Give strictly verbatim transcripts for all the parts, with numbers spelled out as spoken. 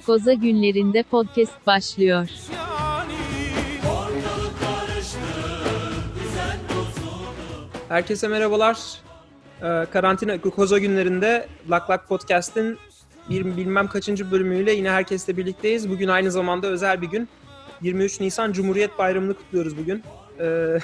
Koza Günlerinde podcast başlıyor. Herkese merhabalar. Ee, karantina Koza Günlerinde Lak Lak Podcast'in bir bilmem kaçıncı bölümüyle yine herkesle birlikteyiz. Bugün aynı zamanda özel bir gün. yirmi üç Nisan Cumhuriyet Bayramı'nı kutluyoruz bugün. Ee,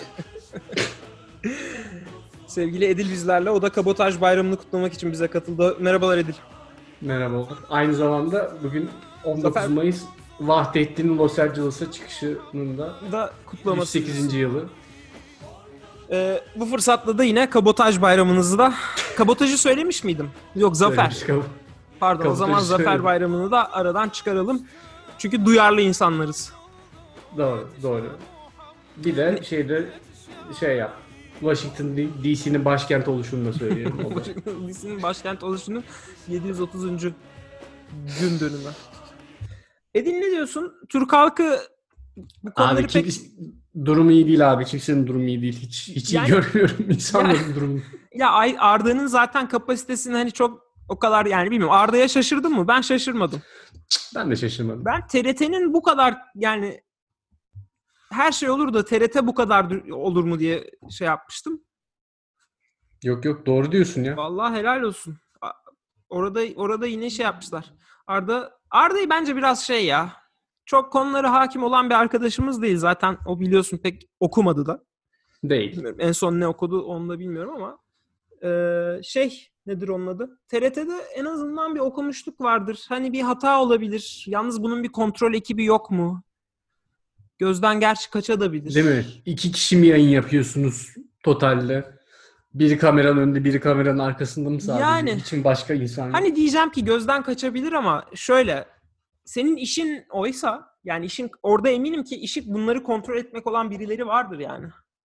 sevgili Edil bizlerle. O da Kabotaj Bayramı'nı kutlamak için bize katıldı. Merhabalar Edil. Merhabalar. Aynı zamanda bugün on dokuz Zafer... Mayıs Vahdettin'in Los Angeles'a çıkışının da, da kutlaması. yüz sekizinci yılı. Ee, bu fırsatla da yine Kabotaj Bayramınızı da... Kabotajı söylemiş miydim? Yok, Zafer. Söylemiş, Pardon, Kabotajı o zaman Zafer söyledim. Bayramı'nı da aradan çıkaralım. Çünkü duyarlı insanlarız. Doğru, doğru. Bir de şeyde şey yap. Washington D C'nin başkent oluşunu da söyleyelim. Washington D C'nin başkent oluşunun yedi yüz otuzuncu gün dönümü. Edin ne diyorsun? Türk halkı bu konuları abi pek... kim, durumu iyi değil abi. Kimsenin durumu iyi değil. Hiç, hiç yani, iyi görmüyorum insanların yani, durumunu. Ya Arda'nın zaten kapasitesini hani çok o kadar yani bilmiyorum. Arda'ya şaşırdın mı? Ben şaşırmadım. Ben de şaşırmadım. Ben T R T'nin bu kadar yani her şey olur da T R T bu kadar olur mu diye şey yapmıştım. Yok yok doğru diyorsun ya. Vallahi helal olsun. Orada orada yine şey yapmışlar. Arda Arda'yı bence biraz şey ya. Çok konulara hakim olan bir arkadaşımız değil zaten. O biliyorsun pek okumadı da. Değil. Bilmiyorum, en son ne okudu onu da bilmiyorum ama ee, şey nedir onun adı? T R T'de en azından bir okumuşluk vardır. Hani bir hata olabilir. Yalnız bunun bir kontrol ekibi yok mu? Gözden gerçi kaçabilir. Değil mi? İki kişi mi yayın yapıyorsunuz totalde? Biri kameranın önünde, biri kameranın arkasında mı sadece? Yani, için başka insan yok. Hani diyeceğim ki gözden kaçabilir ama şöyle, senin işin oysa, yani işin orada eminim ki işi bunları kontrol etmek olan birileri vardır yani.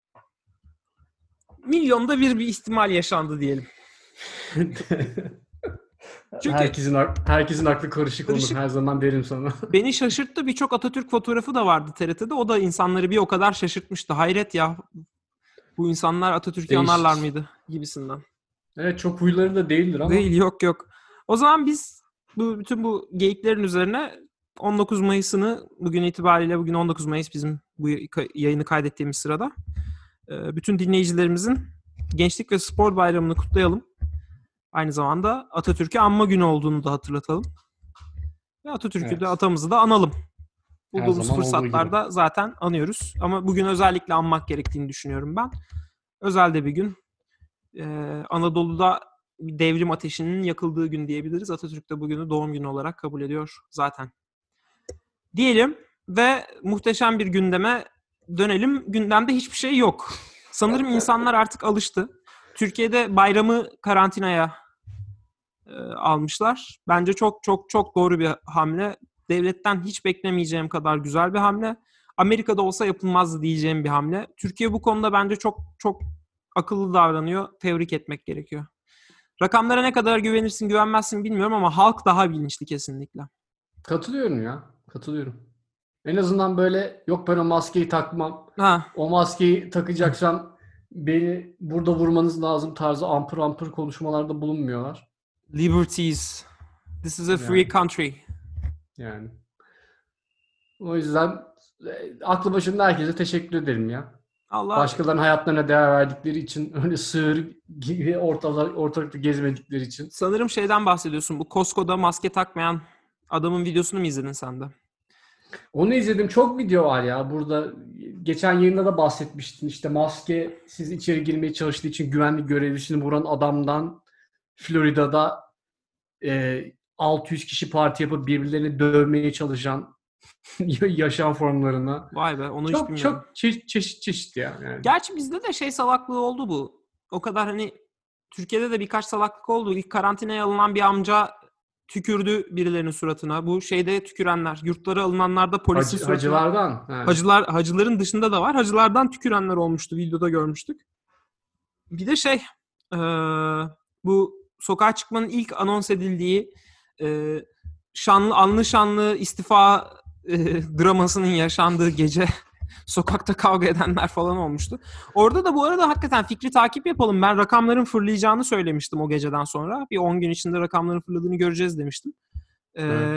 Milyonda bir bir ihtimal yaşandı diyelim. Çünkü herkesin herkesin aklı karışık, karışık olur her zaman derim sana. Beni şaşırttı. Birçok Atatürk fotoğrafı da vardı T R T'de. O da insanları bir o kadar şaşırtmıştı. Hayret ya. Bu insanlar Atatürk'ü Değişik. anarlar mıydı gibisinden. Evet, çok huyları da değildir ama. Değil, yok yok. O zaman biz bu bütün bu geyiklerin üzerine on dokuz Mayıs'ını bugün itibariyle, bugün on dokuz Mayıs bizim bu yayını kaydettiğimiz sırada bütün dinleyicilerimizin Gençlik ve Spor Bayramı'nı kutlayalım. Aynı zamanda Atatürk'ü anma günü olduğunu da hatırlatalım. Ve Atatürk'ü evet. de atamızı da analım. Bulduğumuz fırsatlarda zaten anıyoruz. Ama bugün özellikle anmak gerektiğini düşünüyorum ben. Özel de bir gün. Ee, Anadolu'da bir devrim ateşinin yakıldığı gün diyebiliriz. Atatürk de bugünü doğum günü olarak kabul ediyor zaten. Diyelim ve muhteşem bir gündeme dönelim. Gündemde hiçbir şey yok. Sanırım insanlar artık alıştı. Türkiye'de bayramı karantinaya e, almışlar. Bence çok çok çok doğru bir hamle. Devletten hiç beklemeyeceğim kadar güzel bir hamle. Amerika'da olsa yapılmazdı diyeceğim bir hamle. Türkiye bu konuda bence çok çok akıllı davranıyor. Tebrik etmek gerekiyor. Rakamlara ne kadar güvenirsin güvenmezsin bilmiyorum ama halk daha bilinçli kesinlikle. Katılıyorum ya. Katılıyorum. En azından böyle yok ben o maskeyi takmam. Ha. O maskeyi takacaksam beni burada vurmanız lazım tarzı ampır ampır konuşmalarda bulunmuyorlar. Liberties. This is a free yani. country. Yani. O yüzden aklı başında herkese teşekkür ederim ya. Allah. Başkalarının hayatlarına değer verdikleri için, öyle sığır gibi ortalar, ortalıkta gezmedikleri için. Sanırım şeyden bahsediyorsun. Bu Costco'da maske takmayan adamın videosunu mu izledin sen de? Onu izledim. Çok video var ya. Burada geçen yayında da bahsetmiştin. İşte maske siz içeri girmeye çalıştığı için güvenlik görevlisini vuran adamdan Florida'da e, altı yüz kişi parti yapıp birbirlerini dövmeye çalışan yaşam formlarına. Vay be, onu çok, hiç bilmiyorum. Çok çeşit çeşit çeşit ya. Yani. Gerçi bizde de şey salaklığı oldu bu. O kadar hani Türkiye'de de birkaç salaklık oldu. İlk karantinaya alınan bir amca tükürdü birilerinin suratına. Bu şeyde tükürenler, yurtlara alınanlarda polisin Hacı, suratına. Hacılardan. Yani. Hacılar, hacıların dışında da var. Hacılardan tükürenler olmuştu. Videoda görmüştük. Bir de şey, ee, bu sokağa çıkmanın ilk anons edildiği e, şanlı, anlı şanlı istifa e, dramasının yaşandığı gece sokakta kavga edenler falan olmuştu. Orada da bu arada hakikaten fikri takip yapalım. Ben rakamların fırlayacağını söylemiştim o geceden sonra. Bir on gün içinde rakamların fırladığını göreceğiz demiştim. Ee, evet.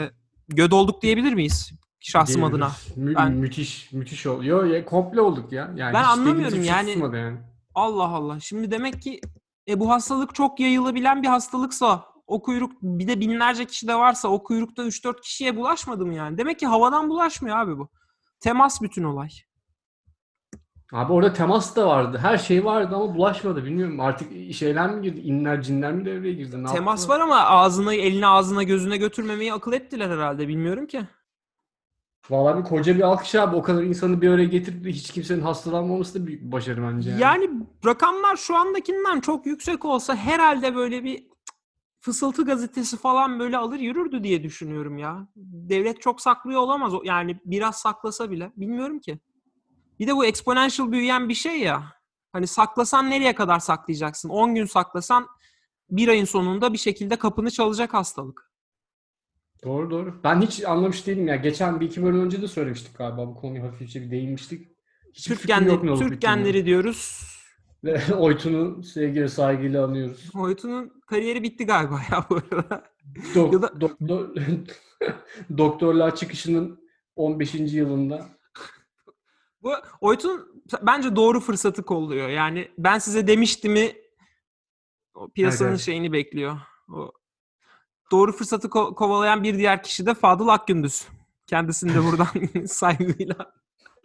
göd olduk diyebilir miyiz? Şahsım Diyebiliriz. adına. Mü- Ben- müthiş, müthiş oluyor. Ya, komple olduk ya. Yani Ben hiç anlamıyorum dilimiz yani. tutmadı yani. Allah Allah. Şimdi demek ki e, bu hastalık çok yayılabilen bir hastalıksa, o kuyruk bir de binlerce kişi de varsa o kuyrukta üç dört kişiye bulaşmadı mı yani? Demek ki havadan bulaşmıyor abi bu. Temas bütün olay. Abi orada temas da vardı. Her şey vardı ama bulaşmadı. Bilmiyorum artık şeyler mi girdi? İnler, cinler mi devreye girdi? Ne Temas yaptılar? var ama ağzına, eline ağzına, gözüne götürmemeyi akıl ettiler herhalde. Bilmiyorum ki. Vallahi bir koca bir alkış abi. O kadar insanı bir araya getirip de hiç kimsenin hastalanmaması da büyük bir başarı bence yani. Yani rakamlar şu andakinden çok yüksek olsa herhalde böyle bir Fısıltı gazetesi falan böyle alır yürürdü diye düşünüyorum ya. Devlet çok saklıyor olamaz. Yani biraz saklasa bile. Bilmiyorum ki. Bir de bu exponential büyüyen bir şey ya. Hani saklasan nereye kadar saklayacaksın? on gün saklasan bir ayın sonunda bir şekilde kapını çalacak hastalık. Doğru doğru. Ben hiç anlamış değilim ya. Geçen bir iki bölüm önce de söylemiştik galiba. Bu konuyu hafifçe bir değinmiştik. Hiçbir Türk, fikrim yok ne genleri, olup Türk bittiğini. genleri diyoruz. Ve Oytun'u sevgiyle saygıyla anıyoruz. Oytun'un kariyeri bitti galiba ya bu arada. Dok- Ya da- doktor- doktorluğa çıkışının on beşinci yılında. Bu Oytun bence doğru fırsatı kolluyor. Yani ben size demiştimi o piyasanın Evet, evet. şeyini bekliyor. O doğru fırsatı ko- kovalayan bir diğer kişi de Fadıl Akgündüz. Kendisini de buradan saygıyla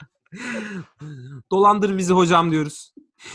dolandır bizi hocam diyoruz.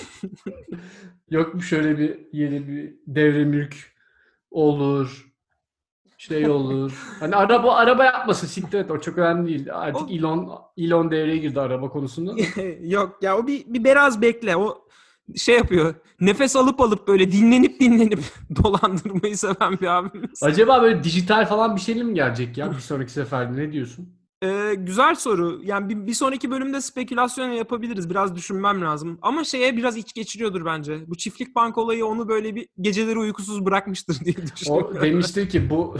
Yok mu şöyle bir yeni bir devre mülk olur. Şey olur. Hani araba araba yapmasın siktir et o çok önemli değil. Artık O- Elon Elon devreye girdi araba konusunda. da. Yok ya o bir, bir biraz bekle. O şey yapıyor. Nefes alıp alıp böyle dinlenip dinlenip dolandırmayı seven bir abimiz. Acaba böyle dijital falan bir şeyle mi gelecek ya bir sonraki seferde ne diyorsun? Ee, güzel soru. Yani bir, bir sonraki bölümde spekülasyon yapabiliriz. Biraz düşünmem lazım. Ama şeye biraz iç geçiriyordur bence. Bu çiftlik bank olayı onu böyle bir geceleri uykusuz bırakmıştır diye düşünüyorum. O demiştir ki bu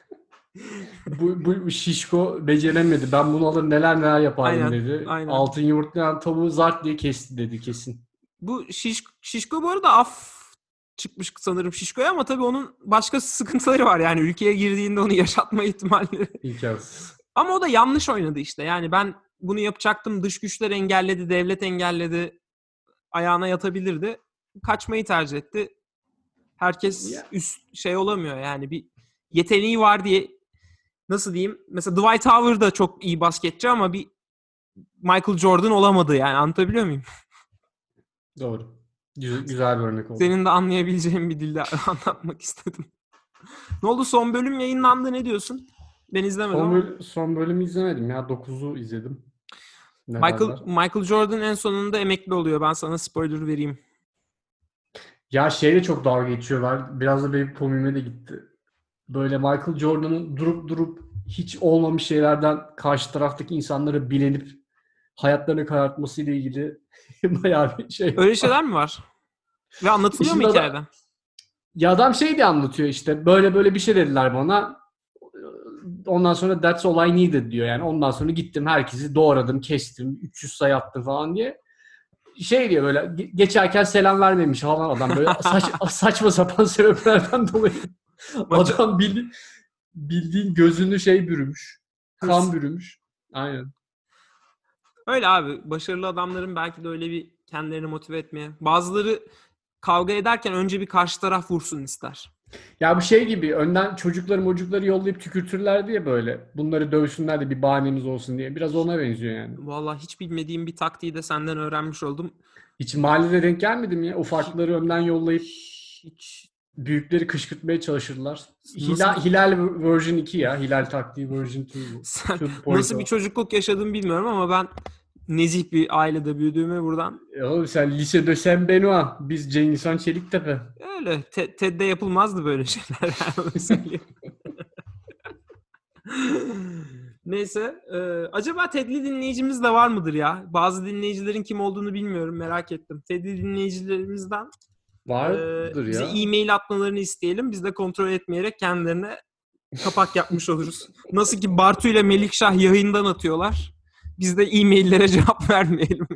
bu, bu şişko beceremedi. Ben bunu alır neler neler yapardım Aynen, dedi. aynen. Altın yumurtlayan tavuğu zart diye kesti dedi kesin. Bu şiş, Şişko bu arada af çıkmış sanırım Şişko'ya ama tabii onun başka sıkıntıları var. Yani ülkeye girdiğinde onu yaşatma ihtimalleri. İmkansız. Ama o da yanlış oynadı işte. Yani ben bunu yapacaktım. Dış güçler engelledi, devlet engelledi. Ayağına yatabilirdi. Kaçmayı tercih etti. Herkes Ya. üst şey olamıyor yani bir yeteneği var diye nasıl diyeyim? Mesela Dwight Howard da çok iyi basketçi ama bir Michael Jordan olamadı yani anlatabiliyor muyum? Doğru. Güzel, güzel bir örnek oldu. Senin de anlayabileceğin bir dilde anlatmak istedim. Ne oldu son bölüm yayınlandı ne diyorsun? Ben izlemedim Son, ama. böl- son bölümü izlemedim ya. dokuzu izledim. Ne Michael, derler? Michael Jordan en sonunda emekli oluyor. Ben sana spoiler vereyim. Ya şeyle çok dalga geçiyorlar. Biraz da benim komiğime de gitti. Böyle Michael Jordan'ın durup durup hiç olmamış şeylerden karşı taraftaki insanları bilenip hayatlarını karartmasıyla ilgili bayağı bir şey. Öyle şeyler mi var? Ve anlatılıyor mu İşin hikayede? ada- Ya adam şey diye anlatıyor işte. Böyle böyle bir şey dediler bana. Ondan sonra that's all I needed diyor. Yani ondan sonra gittim herkesi doğradım, kestim, üç yüz sayı attım falan diye. Şey diyor böyle ge- geçerken selam vermemiş falan adam böyle saç, saçma sapan sebeplerden dolayı. Maça- Adam bildi, bildiğin gözünü şey bürümüş. Kan Hırs. bürümüş. Aynen. Öyle abi. Başarılı adamların belki de öyle bir kendilerini motive etmeye. Bazıları kavga ederken önce bir karşı taraf vursun ister. Ya bu şey gibi önden çocukları mocukları yollayıp tükürtürler diye böyle. Bunları dövsünler de bir bahanemiz olsun diye. Biraz ona benziyor yani. Vallahi hiç bilmediğim bir taktiği de senden öğrenmiş oldum. Hiç mahallede denk gelmedi mi ya? Ufakları önden yollayıp Hiç büyükleri kışkırtmaya çalışırlar. Nasıl Hilal, bir- Hilal version iki ya. Hilal taktiği version iki bu. sen To the point nasıl bir o. çocukluk yaşadığımı bilmiyorum ama ben nezih bir ailede büyüdüğümü buradan E oğlum sen lisede Saint Benoît. Biz Cengiz Han Çeliktepe. öyle Te- TED'de yapılmazdı böyle şeyler yani onu söyleyeyim. Neyse. e, acaba Ted'li dinleyicimiz de var mıdır ya? Bazı dinleyicilerin kim olduğunu bilmiyorum. Merak ettim. Ted'li dinleyicilerimizden e, Vardır bize ya. e-mail atmalarını isteyelim. Biz de kontrol etmeyerek kendilerine kapak yapmış oluruz. Nasıl ki Bartu ile Melikşah yayından atıyorlar. Biz de e-maillere cevap vermeyelim.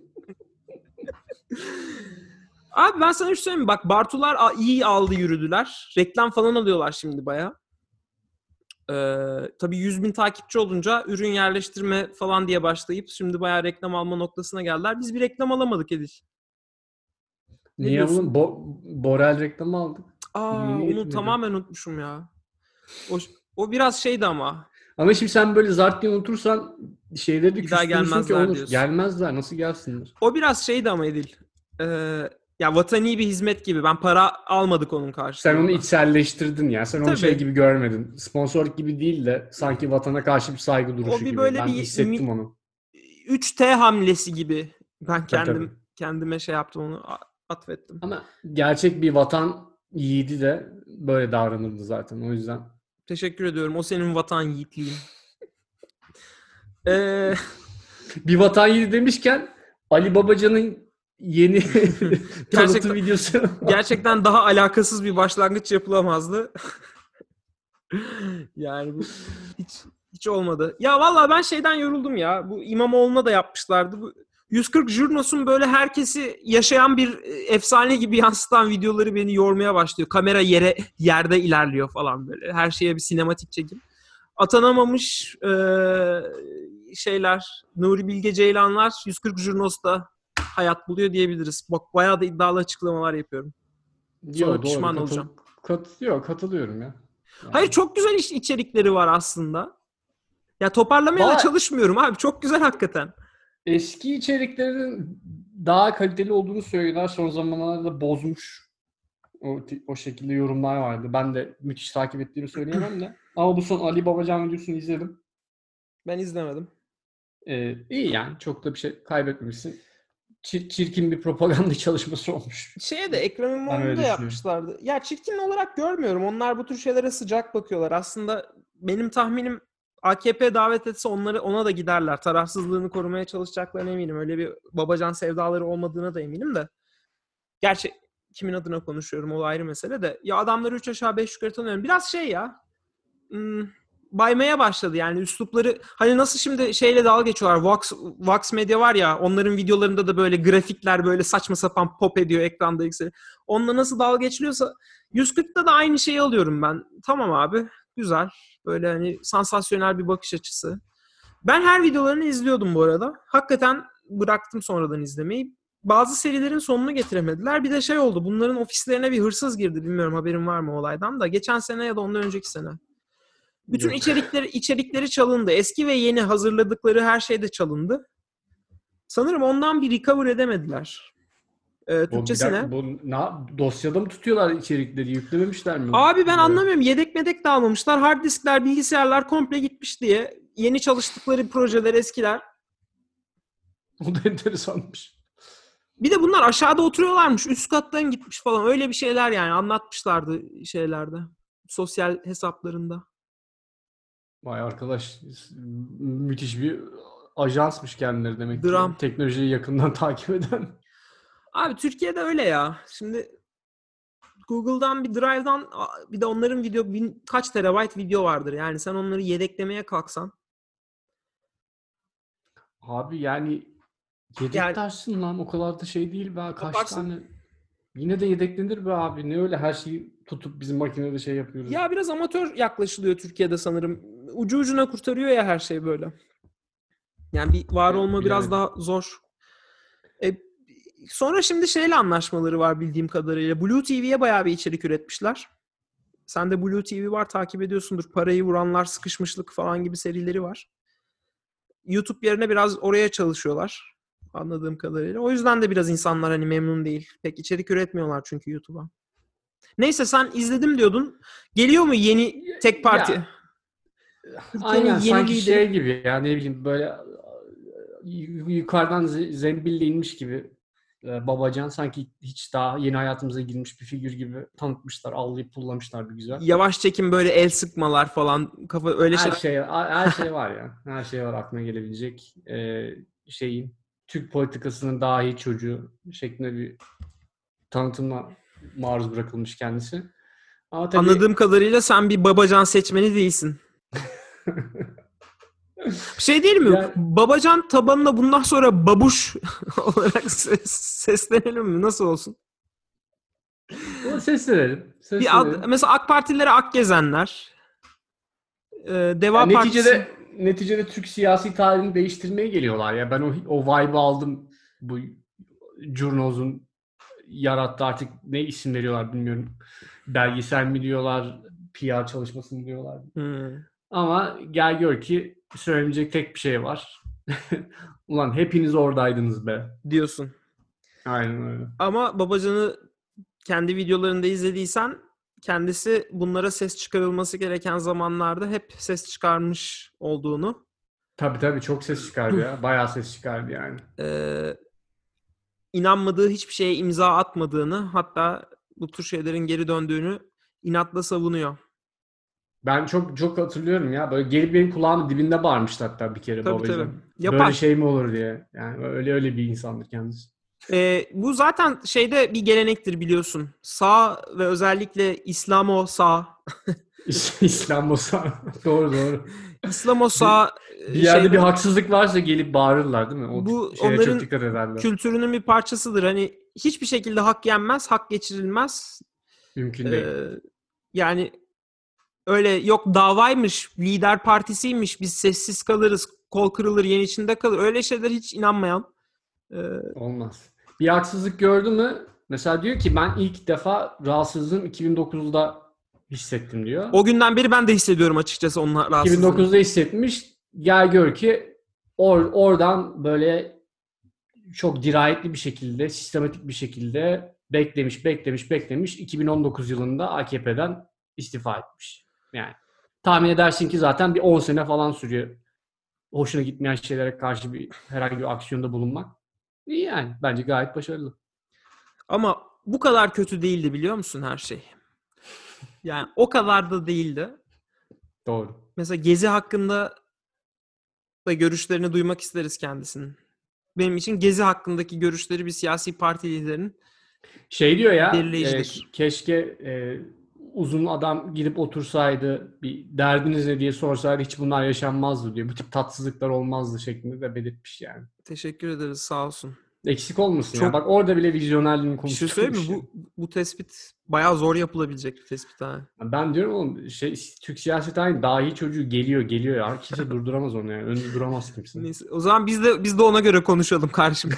Abi ben sana bir şey söyleyeyim mi? Bak Bartular a- iyi aldı yürüdüler. Reklam falan alıyorlar şimdi bayağı. Ee, tabii yüz bin takipçi olunca ürün yerleştirme falan diye başlayıp şimdi bayağı reklam alma noktasına geldiler. Biz bir reklam alamadık Edil. Ne Niye diyorsun? oğlum? Bo Borel reklamı aldık. Aa, Yeni onu getirmedi. tamamen unutmuşum ya. O, o biraz şeydi ama. Ama şimdi sen böyle zart diye unutursan şeyleri de Bir daha küstürürsün ki gelmezler olur. diyorsun. Gelmezler. Nasıl gelsinler? O biraz şeydi ama Edil. Ee, ya vatani bir hizmet gibi. Ben para almadık onun karşılığında. Sen onu içselleştirdin ya. Sen onu Tabii. şey gibi görmedin. Sponsorluk gibi değil de sanki vatana karşı bir saygı duruşu O bir gibi. böyle Ben bir hissettim mi- onu. üç T hamlesi gibi. Ben Tabii, kendim tabii. kendime şey yaptım, onu a- atfettim. Ama gerçek bir vatan yiğidi de böyle davranırdı zaten. O yüzden. Teşekkür ediyorum. O senin vatan yiğitliğin. Ee, Bir vatan yiğidi demişken Ali Babacan'ın yeni tanıtım Gerçekten- videosu. gerçekten daha alakasız bir başlangıç yapılamazdı. Yani bu hiç hiç olmadı. Ya vallahi ben şeyden yoruldum ya. Bu İmamoğlu'na da yapmışlardı. Bu yüz kırk Jurnos'un böyle herkesi yaşayan bir e, efsane gibi yansıtan videoları beni yormaya başlıyor. Kamera yere yerde ilerliyor falan böyle. Her şeye bir sinematik çekim. Atanamamış e, şeyler, Nuri Bilge Ceylanlar yüz kırk Jurnos'ta hayat buluyor diyebiliriz. Bak bayağı da iddialı açıklamalar yapıyorum. Sonra Yo, pişman doğru. olacağım. Kat, yok, katılıyorum ya. Yani. Hayır, çok güzel iş içerikleri var aslında. Ya toparlamaya da Valla- çalışmıyorum abi. Çok güzel hakikaten. Eski içeriklerin daha kaliteli olduğunu söylüyorlar. Son zamanlarda bozmuş. O, o şekilde yorumlar vardı. Ben de müthiş takip ettiğimi söyleyemem de. Ama bu son Ali Babacan videosunu izledim. Ben izlemedim. Ee, iyi yani. Çok da bir şey kaybetmemişsin. Çir- çirkin bir propaganda çalışması olmuş. Şeye de Ekrem Ben öyle İmamoğlu'nda düşünüyorum. yapmışlardı. Ya çirkin olarak görmüyorum. Onlar bu tür şeylere sıcak bakıyorlar. Aslında benim tahminim A K P davet etse onları ona da giderler. Tarafsızlığını korumaya çalışacaklarına eminim. Öyle bir babacan sevdaları olmadığına da eminim de. Gerçi kimin adına konuşuyorum, o ayrı mesele de. Ya adamları üç aşağı beş yukarı tanıyorum. Biraz şey ya. Hmm, baymaya başladı yani üslupları. Hani nasıl şimdi şeyle dalga geçiyorlar. Vox, Vox Media var ya, onların videolarında da böyle grafikler böyle saçma sapan pop ediyor ekranda yükseliyor. Onunla nasıl dalga geçiliyorsa yüz kırkta da aynı şeyi alıyorum ben. Tamam abi, güzel. Böyle hani sansasyonel bir bakış açısı. Ben her videolarını izliyordum bu arada. Hakikaten bıraktım sonradan izlemeyi. Bazı serilerin sonunu getiremediler. Bir de şey oldu. Bunların ofislerine bir hırsız girdi. Bilmiyorum haberin var mı olaydan da. Geçen sene ya da ondan önceki sene. Bütün Yok. içerikleri içerikleri çalındı. Eski ve yeni hazırladıkları her şey de çalındı. Sanırım ondan bir recover edemediler. Ee, Bu, bir Türkçesine. dakika, bu na, dosyada mı tutuyorlar içerikleri? Yüklememişler mi? Abi ben Evet. anlamıyorum. Yedek medek de almamışlar. Hard diskler, bilgisayarlar komple gitmiş diye. Yeni çalıştıkları projeler eskiler. O da enteresanmış. Bir de bunlar aşağıda oturuyorlarmış. Üst kattan gitmiş falan. Öyle bir şeyler yani anlatmışlardı şeylerde. Sosyal hesaplarında. Vay arkadaş, müthiş bir ajansmış kendileri demek ki. Dram. Teknolojiyi yakından takip eden. Abi Türkiye'de öyle ya. Şimdi Google'dan bir Drive'dan bir de onların video bin, kaç terabayt video vardır. Yani sen onları yedeklemeye kalksan. Abi yani yedek Yani- dersin lan, o kadar da şey değil be. Kaç Yaparsın. tane yine de yedeklenir be abi. Ne öyle her şeyi tutup bizim makinede şey yapıyoruz. Ya biraz amatör yaklaşılıyor Türkiye'de sanırım. Ucu ucuna kurtarıyor ya her şey böyle. Yani bir var Evet, olma biraz bilemedim. daha zor. E, sonra şimdi şeyle anlaşmaları var bildiğim kadarıyla. Blue T V'ye bayağı bir içerik üretmişler. Sen de Blue T V var, takip ediyorsundur. Parayı vuranlar, sıkışmışlık falan gibi serileri var. YouTube yerine biraz oraya çalışıyorlar anladığım kadarıyla. O yüzden de biraz insanlar hani memnun değil. Pek içerik üretmiyorlar çünkü YouTube'a. Neyse sen izledim diyordun. Geliyor mu yeni tek parti? Ya, Türkiye'nin aynen yeni sanki lideri. şey gibi ya, ne bileyim böyle y- yukarıdan ze- zembille inmiş gibi e, Babacan sanki hiç daha yeni hayatımıza girmiş bir figür gibi tanıtmışlar, avlayıp pullamışlar bir güzel. Yavaş çekim böyle el sıkmalar falan kafa öyle Her şeyler. şey her şey var ya. Her şey var aklına gelebilecek e, şeyin Türk politikasının dahi çocuğu şeklinde bir tanıtıma maruz bırakılmış kendisi. Ama tabii Anladığım kadarıyla sen bir Babacan seçmeni değilsin. Bir şey değil mi? Yani- Babacan tabanına bundan sonra babuş olarak ses- seslenelim mi? Nasıl olsun? Ama seslenelim. Bir Seslenelim. ad, mesela AK Partililere Ak Gezenler. e, Deva Yani Partisi... neticede neticede Türk siyasi tarihini değiştirmeye geliyorlar ya. Ben o o vibe'ı aldım. Bu Curnoz'un yarattığı, artık ne isim veriyorlar bilmiyorum. Belgesel mi diyorlar, P R çalışması mı diyorlar. Hmm. Ama gel gör ki söylenecek tek bir şey var. Ulan hepiniz oradaydınız be. diyorsun. Aynen öyle. Ama Babacan'ı kendi videolarında izlediysen kendisi bunlara ses çıkarılması gereken zamanlarda hep ses çıkarmış olduğunu, Tabii tabii çok ses çıkardı ya. Bayağı ses çıkardı yani. e, inanmadığı hiçbir şeye imza atmadığını, hatta bu tür şeylerin geri döndüğünü inatla savunuyor. Ben çok çok hatırlıyorum ya. Böyle gelip benim kulağımın dibinde bağırmıştı hatta bir kere Tabii, Babacan. tabii. Yapar. Böyle şey mi olur diye. Yani öyle öyle bir insandır kendisi. E, bu zaten şeyde bir gelenektir biliyorsun. Sağ ve özellikle İslamo sağ. İslam olsa doğru doğru. İslamo sağ Bir yerde şeyde- bir haksızlık varsa gelip bağırırlar değil mi? O Bu şeye onların çok dikkat ederler. kültürünün bir parçasıdır. Hani hiçbir şekilde hak yenmez, hak geçirilmez. Mümkün değil. Ee, yani öyle yok davaymış, lider partisiymiş, biz sessiz kalırız, kol kırılır, yen içinde kalır. Öyle şeyler hiç inanmayan. e, Olmaz. Bir haksızlık gördü mü? Mesela diyor ki ben ilk defa rahatsızlığım iki bin dokuzda hissettim diyor. o günden beri ben de hissediyorum açıkçası onun rahatsızlığını. iki bin dokuzda hissetmiş. Gel gör ki or, oradan böyle çok dirayetli bir şekilde, sistematik bir şekilde beklemiş, beklemiş, beklemiş. iki bin on dokuz yılında A K P'den istifa etmiş. Yani tahmin edersin ki zaten bir on sene falan sürüyor. Hoşuna gitmeyen şeylere karşı bir herhangi bir aksiyonda bulunmak. İyi yani. Bence gayet başarılı. Ama bu kadar kötü değildi biliyor musun her şey? Yani o kadar da değildi. Doğru. Mesela Gezi hakkında da görüşlerini duymak isteriz kendisinin. Benim için Gezi hakkındaki görüşleri bir siyasi parti liderinin Şey diyor ya, e, belirleyicidir. keşke e, uzun adam gidip otursaydı, bir derdiniz ne diye sorsaydı hiç bunlar yaşanmazdı diyor. Bu tip tatsızlıklar olmazdı şeklinde de belirtmiş yani. Teşekkür ederiz, sağ olsun. Eksik olmasın Çok- ya. Bak orada bile vizyonerliğini Bir şey konuşturmuş. söyleyeyim mi? Bu, bu tespit bayağı zor yapılabilecek bir tespit ha. Ben diyorum oğlum şey, Türk siyaseti aynı dahi çocuğu geliyor geliyor ya. Kimse durduramaz onu yani. Önünde duramaz kimse. Neyse, o zaman biz de biz de ona göre konuşalım karşım.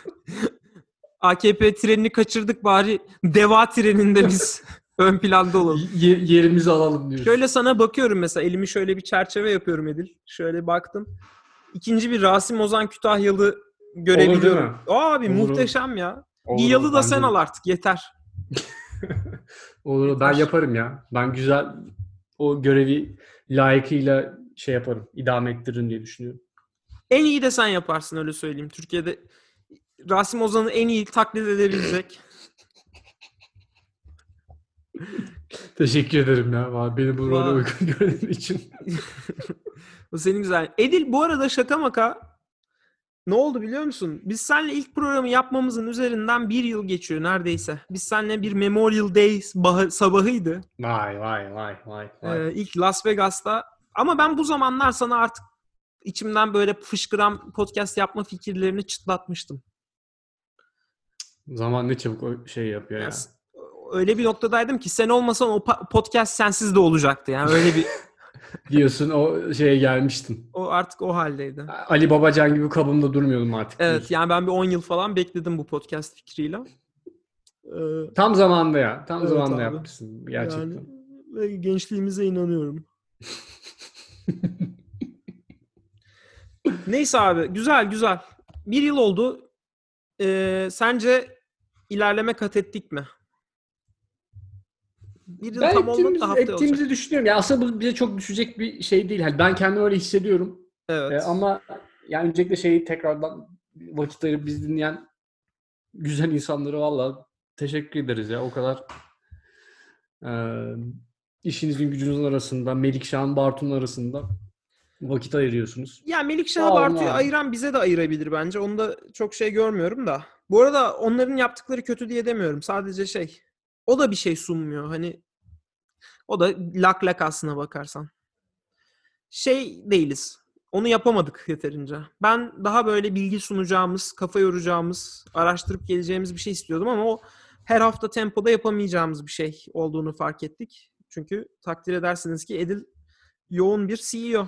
A K P trenini kaçırdık, bari Deva treninde biz ön planda olalım. Y- yerimizi alalım diyoruz. Şöyle sana bakıyorum mesela, elimi şöyle bir çerçeve yapıyorum Edil. Şöyle baktım. İkinci bir Rasim Ozan Kütahyalı görebiliyorum. mi? Abi Olur, muhteşem ya. Olur, Bir yalı da bence sen de. al artık, yeter. Olur, ben yaparım ya. Ben güzel o görevi layıkıyla şey yaparım. İdame ettiririm diye düşünüyorum. En iyi de sen yaparsın, öyle söyleyeyim. Türkiye'de Rasim Ozan'ı en iyi taklit edebilecek. Teşekkür ederim ya. Vallahi beni bu role Vay. uygun gördüğün için. O senin güzel. Edil, bu arada şaka maka ne oldu biliyor musun? Biz seninle ilk programı yapmamızın üzerinden bir yıl geçiyor neredeyse. Biz seninle bir Memorial Day sabahı, sabahıydı. Vay vay vay vay vay. Ee, ilk Las Vegas'ta. Ama ben bu zamanlar sana artık içimden böyle fışkıran podcast yapma fikirlerini çıtlatmıştım. Zaman ne çabuk o şey yapıyor ya. Yani s- öyle bir noktadaydım ki sen olmasan o pa- podcast sensiz de olacaktı. Yani öyle bir Diyorsun o şeye gelmiştin. o artık o haldeydi. Ali Babacan gibi kabımda durmuyordum artık. Evet, diyorsun. yani ben bir on yıl falan bekledim bu podcast fikriyle. Ee, Tam zamanında ya. Tam Evet zamanında abi. yapmışsın gerçekten. Yani ve gençliğimize inanıyorum. Neyse abi, güzel güzel. Bir yıl oldu. Ee, sence ilerleme kat ettik mi? Bir yıl Ben tam olmadı ettiğimiz, da haftaya ettiğimizi olacak. düşünüyorum. Ya aslında bu bize çok düşecek bir şey değil. Hani ben kendimi öyle hissediyorum. Evet. Ee, ama yani öncelikle şeyi tekrardan vakit ayırıp bizi dinleyen güzel insanlara valla teşekkür ederiz ya. O kadar e, işinizin gücünüzün arasında, Melikşah'ın Bartu'nun arasında vakit ayırıyorsunuz. Ya Melikşah'ı Sağ olun Bartu'yu abi. ayıran bize de ayırabilir bence. Onu da çok şey görmüyorum da. Bu arada onların yaptıkları kötü diye demiyorum. Sadece şey, o da bir şey sunmuyor. Hani o da lak lak aslına bakarsan. Şey değiliz. Onu yapamadık yeterince. Ben daha böyle bilgi sunacağımız, kafa yoracağımız, araştırıp geleceğimiz bir şey istiyordum ama o her hafta tempoda yapamayacağımız bir şey olduğunu fark ettik. Çünkü takdir edersiniz ki Edil yoğun bir C E O.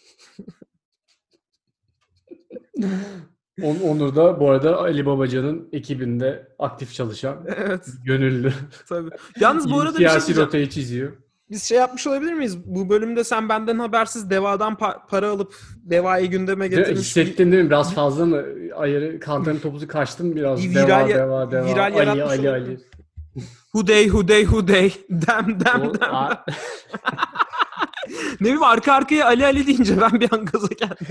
On- Onur da bu arada Ali Babacan'ın ekibinde aktif çalışan Evet. gönüllü. Tabii. Yalnız bu Yeni arada bir şey siyasi diyeceğim. rotayı çiziyor. Biz şey yapmış olabilir miyiz? Bu bölümde sen benden habersiz Deva'dan pa- para alıp Deva'yı gündeme De, getirmiş. hissettin değil mi? Biraz fazla mı? Ayarı, kantarın topuzu kaçtım biraz. Bir Deva, viral ya- deva, deva. viral Ali, yaratmış Ali, olabilir. Ali. Huday, huday, huday. Dem, dem, O- dem. a- Ne bileyim arka arkaya Ali Ali deyince ben bir an gaza geldim.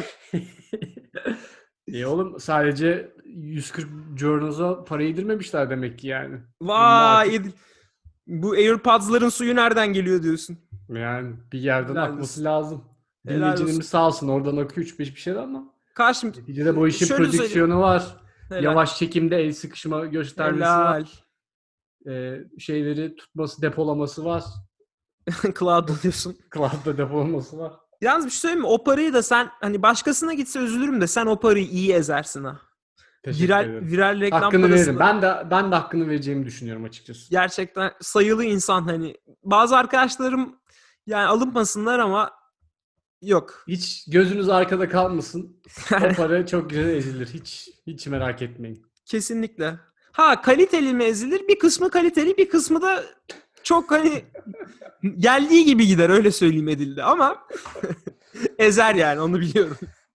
E oğlum sadece yüz kırk Journals'a para yedirmemişler demek ki yani. Vay. Artık- Bu AirPods'ların suyu nereden geliyor diyorsun? Yani bir yerden Helal akması olsun. lazım. Helal Dinleyicilerimiz olsun. sağ olsun oradan akıyor üç beş bir şeyler ama. Karşım. Neticede bu işin Şöyle prodüksiyonu söyleyeyim. var. Helal. Yavaş çekimde el sıkışma göstermesi var. Helal. Ee, şeyleri tutması, depolaması var. Cloud oluyorsun. Cloud'da depolaması var. Yalnız bir şey söyleyeyim mi? O parayı da sen hani başkasına gitse üzülürüm de sen o parayı iyi ezersin ha. Teşekkür Viral, ederim. viral reklam Hakkını parasını veririm. Ben de ben de hakkını vereceğimi düşünüyorum açıkçası. gerçekten sayılı insan hani. Bazı arkadaşlarım yani alınmasınlar ama yok. Hiç gözünüz arkada kalmasın. O para çok güzel ezilir. Hiç hiç merak etmeyin. Kesinlikle. Ha kaliteli mi ezilir? Bir kısmı kaliteli, bir kısmı da çok hani geldiği gibi gider öyle söyleyeyim Edil'de ama ezer yani onu biliyorum.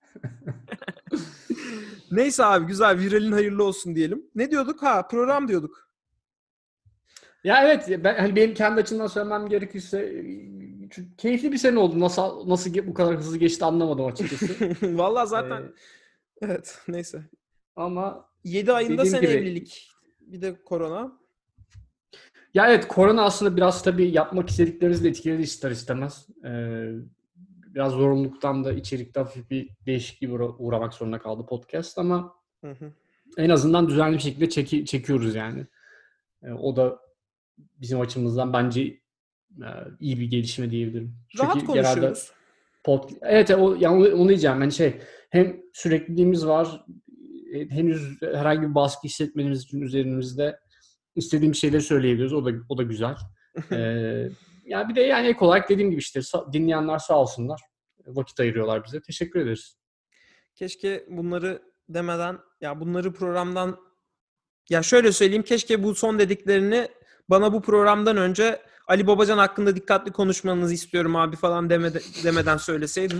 Neyse abi güzel viralin hayırlı olsun diyelim. Ne diyorduk? Ha program diyorduk. Ya evet ben hani benim kendi açımdan söylemem gerekirse e, çok keyifli bir sene oldu. Nasıl nasıl ge- bu kadar hızlı geçti anlamadım açıkçası. Vallahi zaten Ee, evet neyse. ama yedi ayında dediğim sen gibi- evlilik. Bir de korona. ya evet korona aslında biraz tabii yapmak istediklerimizi de etkiledi ister istemez. Ee, biraz zorunluluktan da içerikte hafif bir değişikliğe uğra- uğramak zorunda kaldı podcast ama Hı hı. en azından düzenli bir şekilde çeki- çekiyoruz yani. Ee, o da bizim açımızdan bence e, iyi bir gelişme diyebilirim. Rahat Çünkü genelde konuşuyoruz. pod- evet o yani onu, onu diyeceğim. Yani şey hem sürekliliğimiz var. e, Henüz herhangi bir baskı hissetmediğimiz için üzerimizde istediğimiz şeyleri söyleyebiliyoruz. O da o da güzel. Ee, yani bir de yani ek olarak dediğim gibi işte sa- dinleyenler sağ olsunlar. Vakit ayırıyorlar bize. Teşekkür ederiz. Keşke bunları demeden ya bunları programdan ya şöyle söyleyeyim keşke bu son dediklerini bana bu programdan önce Ali Babacan hakkında dikkatli konuşmanızı istiyorum abi falan demede, demeden söyleseydin.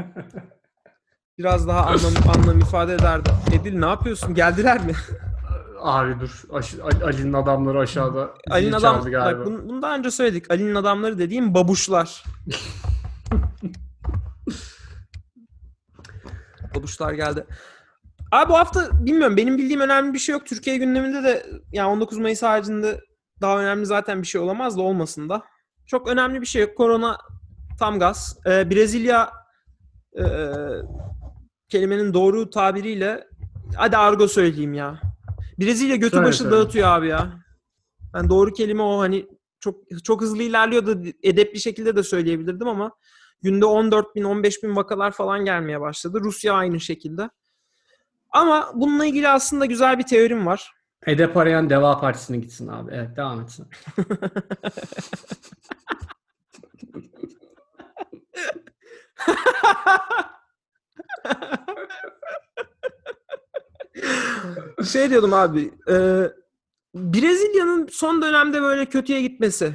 Biraz daha anlam, anlam ifade ederdi. Edil ne yapıyorsun? Geldiler mi? Abi dur. Aş- Ali- Ali'nin adamları aşağıda. Ali'nin zil adam çaldı galiba. bak bunu, bunu daha önce söyledik. Ali'nin adamları dediğim babuşlar. Babuşlar geldi. Abi bu hafta bilmiyorum benim bildiğim önemli bir şey yok. Türkiye gündeminde de yani on dokuz Mayıs haricinde daha önemli zaten bir şey olamaz da olmasın da. Çok önemli bir şey yok. Korona tam gaz. Ee, Brezilya e, kelimenin doğru tabiriyle hadi argo söyleyeyim ya. Brezilya götü Söyle, başı söyle. dağıtıyor abi ya. Yani doğru kelime o hani çok çok hızlı ilerliyor da edepli şekilde de söyleyebilirdim ama günde on dört bin on beş bin vakalar falan gelmeye başladı. Rusya aynı şekilde. Ama bununla ilgili aslında güzel bir teorim var. Hedef arayan Deva Partisi'ne gitsin abi. Evet devam etsin. Şey diyordum abi. E, Brezilya'nın son dönemde böyle kötüye gitmesi.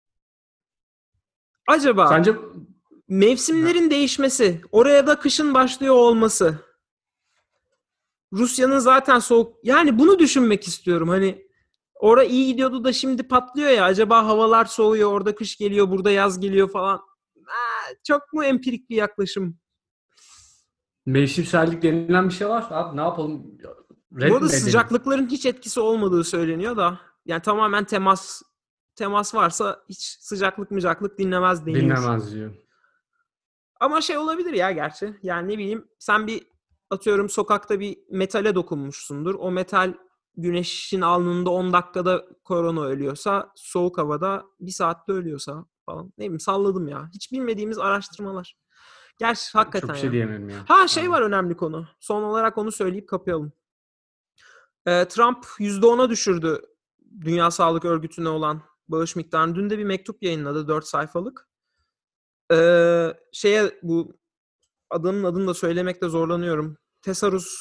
Acaba Sence mevsimlerin değişmesi, oraya da kışın başlıyor olması. Rusya'nın zaten soğuk. Yani bunu düşünmek istiyorum. Hani orada iyi gidiyordu da şimdi patlıyor ya. Acaba havalar soğuyor, orada kış geliyor, burada yaz geliyor falan. Aa, çok mu empirik bir yaklaşım? mevsimsellik denilen bir şey var. Abi ne yapalım? Red Bu arada mi edelim? sıcaklıkların hiç etkisi olmadığı söyleniyor da. Yani tamamen temas temas varsa hiç sıcaklık mıcaklık dinlemez deniyor. Dinlemez diyor. Ama şey olabilir ya gerçi. Yani ne bileyim sen bir atıyorum sokakta bir metale dokunmuşsundur. O metal güneşin alnında on dakikada korona ölüyorsa soğuk havada bir saatte ölüyorsa falan. Ne bileyim salladım ya. Hiç bilmediğimiz araştırmalar. Gerçi hakikaten Çok bir şey ya. diyemem ya. Ha şey Abi. var önemli konu. Son olarak onu söyleyip kapayalım. Ee, Trump yüzde ona düşürdü Dünya Sağlık Örgütü'ne olan bağış miktarını. Dün de bir mektup yayınladı dört sayfalık. Ee, şeye bu adamın adını da söylemekte zorlanıyorum. Tesarus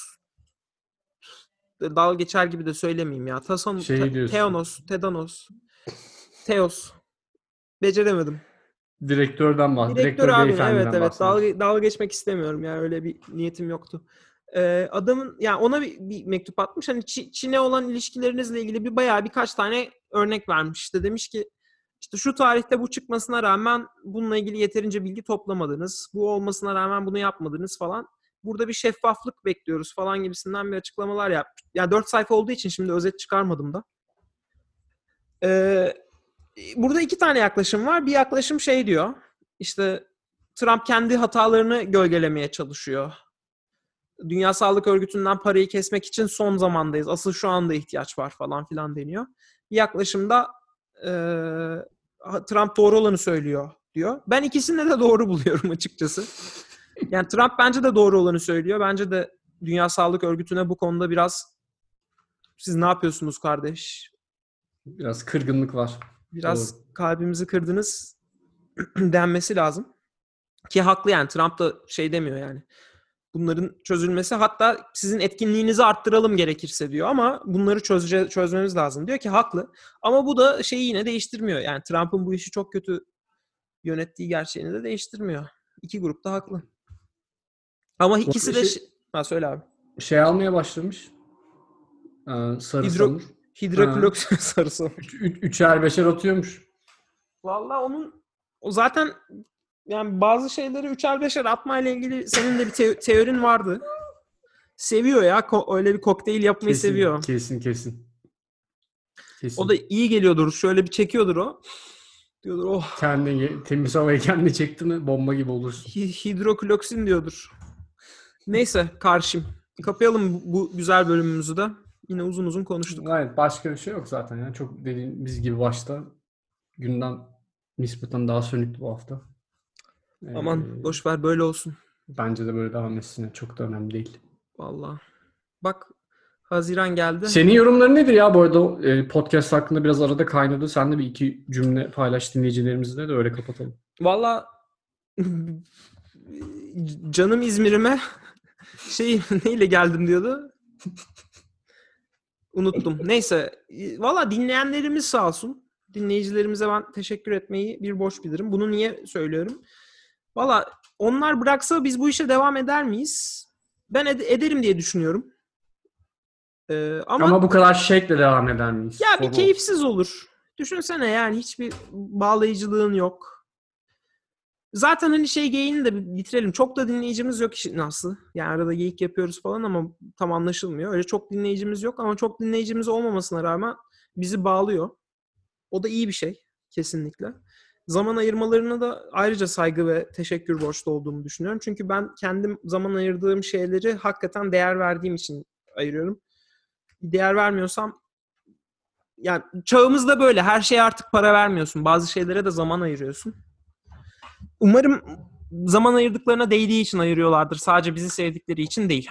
dalga geçer gibi de söylemeyeyim ya. Tason, Şey te, diyorsun. Teonos, Tedanos, Teos. Beceremedim. Direktörden bahs. Direktör Direktör abi, beyefendiden evet evet, bahsediyorsun. dalga, dalga geçmek istemiyorum yani, öyle bir niyetim yoktu. Ee, adamın yani ona bir, bir mektup atmış. Hani Ç- Çin'e olan ilişkilerinizle ilgili bir bayağı birkaç tane örnek vermiş. İşte demiş ki işte şu tarihte bu çıkmasına rağmen bununla ilgili yeterince bilgi toplamadınız. Bu olmasına rağmen bunu yapmadınız falan. Burada bir şeffaflık bekliyoruz falan gibisinden bir açıklamalar yapmış. Yani dört sayfa olduğu için şimdi özet çıkarmadım da. Ee, burada iki tane yaklaşım var. Bir yaklaşım şey diyor. İşte Trump kendi hatalarını gölgelemeye çalışıyor. Dünya Sağlık Örgütü'nden parayı kesmek için son zamandayız. Asıl şu anda ihtiyaç var falan filan deniyor. Bir yaklaşımda e, Trump doğru olanı söylüyor diyor. Ben ikisini de doğru buluyorum açıkçası. Yani Trump bence de doğru olanı söylüyor. Bence de Dünya Sağlık Örgütü'ne bu konuda biraz siz ne yapıyorsunuz kardeş? Biraz kırgınlık var. Biraz Doğru. kalbimizi kırdınız denmesi lazım. Ki haklı yani, Trump da şey demiyor yani. Bunların çözülmesi, hatta sizin etkinliğinizi arttıralım gerekirse diyor, ama bunları çözece, çözmemiz lazım diyor ki haklı. Ama bu da şeyi yine değiştirmiyor. Yani Trump'ın bu işi çok kötü yönettiği gerçeğini de değiştirmiyor. İki grup da haklı. Ama ikisi de... Şey, Şey... Ha, söyle abi. şey almaya başlamış. Ee, sarı Hidro... samur. Hidrokloroksin sarısı. Üç, üç, üçer beşer atıyormuş. Vallahi onun o zaten yani bazı şeyleri üçer beşer atmayla ilgili senin de bir te- teorin vardı. Seviyor ya. Ko- öyle bir kokteyl yapmayı Kesin, seviyor. kesin, kesin. Kesin. O da iyi geliyordur. Şöyle bir çekiyordur o. Diyordur oh. Kendini, temiz havayı kendine çekti mi bomba gibi olursun. Hi- hidrokloroksin diyordur. Neyse karşım. Kapayalım bu, bu güzel bölümümüzü de. Yine uzun uzun konuştuk. Evet, başka bir şey yok zaten ya. Çok dediğimiz gibi başta gündem nispeten daha sönüktü bu hafta. Aman Ee, boş ver, böyle olsun. Bence de böyle devam etsin. Çok da önemli değil. Vallahi. Bak, Haziran geldi. Senin yorumların nedir ya bu arada? E, podcast hakkında biraz arada kaynadı. Sen de bir iki cümle paylaş dinleyicilerimizle de öyle kapatalım. Vallahi canım İzmir'ime şey neyle geldim diyordu. Unuttum. Neyse. Valla dinleyenlerimiz sağ olsun. Dinleyicilerimize ben teşekkür etmeyi bir borç bilirim. Bunu niye söylüyorum? Valla onlar bıraksa biz bu işe devam eder miyiz? Ben ed- ederim diye düşünüyorum. Ee, ama, Ama bu kadar şekle devam eder miyiz? ya bir Soru. keyifsiz olur. Düşünsene yani, hiçbir bağlayıcılığın yok. Zaten hani şey geyini de bitirelim. Çok da dinleyicimiz yok işin aslı. Yani arada geyik yapıyoruz falan ama tam anlaşılmıyor. Öyle çok dinleyicimiz yok ama çok dinleyicimiz olmamasına rağmen bizi bağlıyor. O da iyi bir şey kesinlikle. Zaman ayırmalarına da ayrıca saygı ve teşekkür borçlu olduğumu düşünüyorum. Çünkü ben kendim zaman ayırdığım şeyleri hakikaten değer verdiğim için ayırıyorum. Değer vermiyorsam, yani çağımızda böyle her şeye artık para vermiyorsun. Bazı şeylere de zaman ayırıyorsun. Umarım zaman ayırdıklarına değdiği için ayırıyorlardır. Sadece bizi sevdikleri için değil.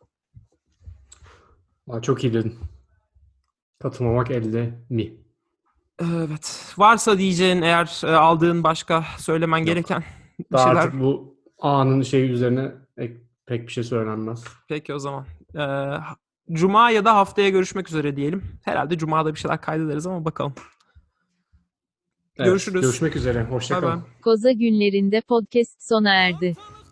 Aa, çok iyi dedin. Katılmamak elde mi? Evet. Varsa diyeceğin, eğer e, aldığın başka söylemen Yok. gereken bir Daha şeyler. artık bu anın şeyi üzerine ek, pek bir şey söylenmez. Peki o zaman. Ee, Cuma ya da haftaya görüşmek üzere diyelim. Herhalde Cuma'da bir şeyler kaydederiz ama bakalım. Evet, Görüşürüz. Görüşmek üzere. Hoşça Bay kalın. bay. Koza günlerinde podcast sona erdi.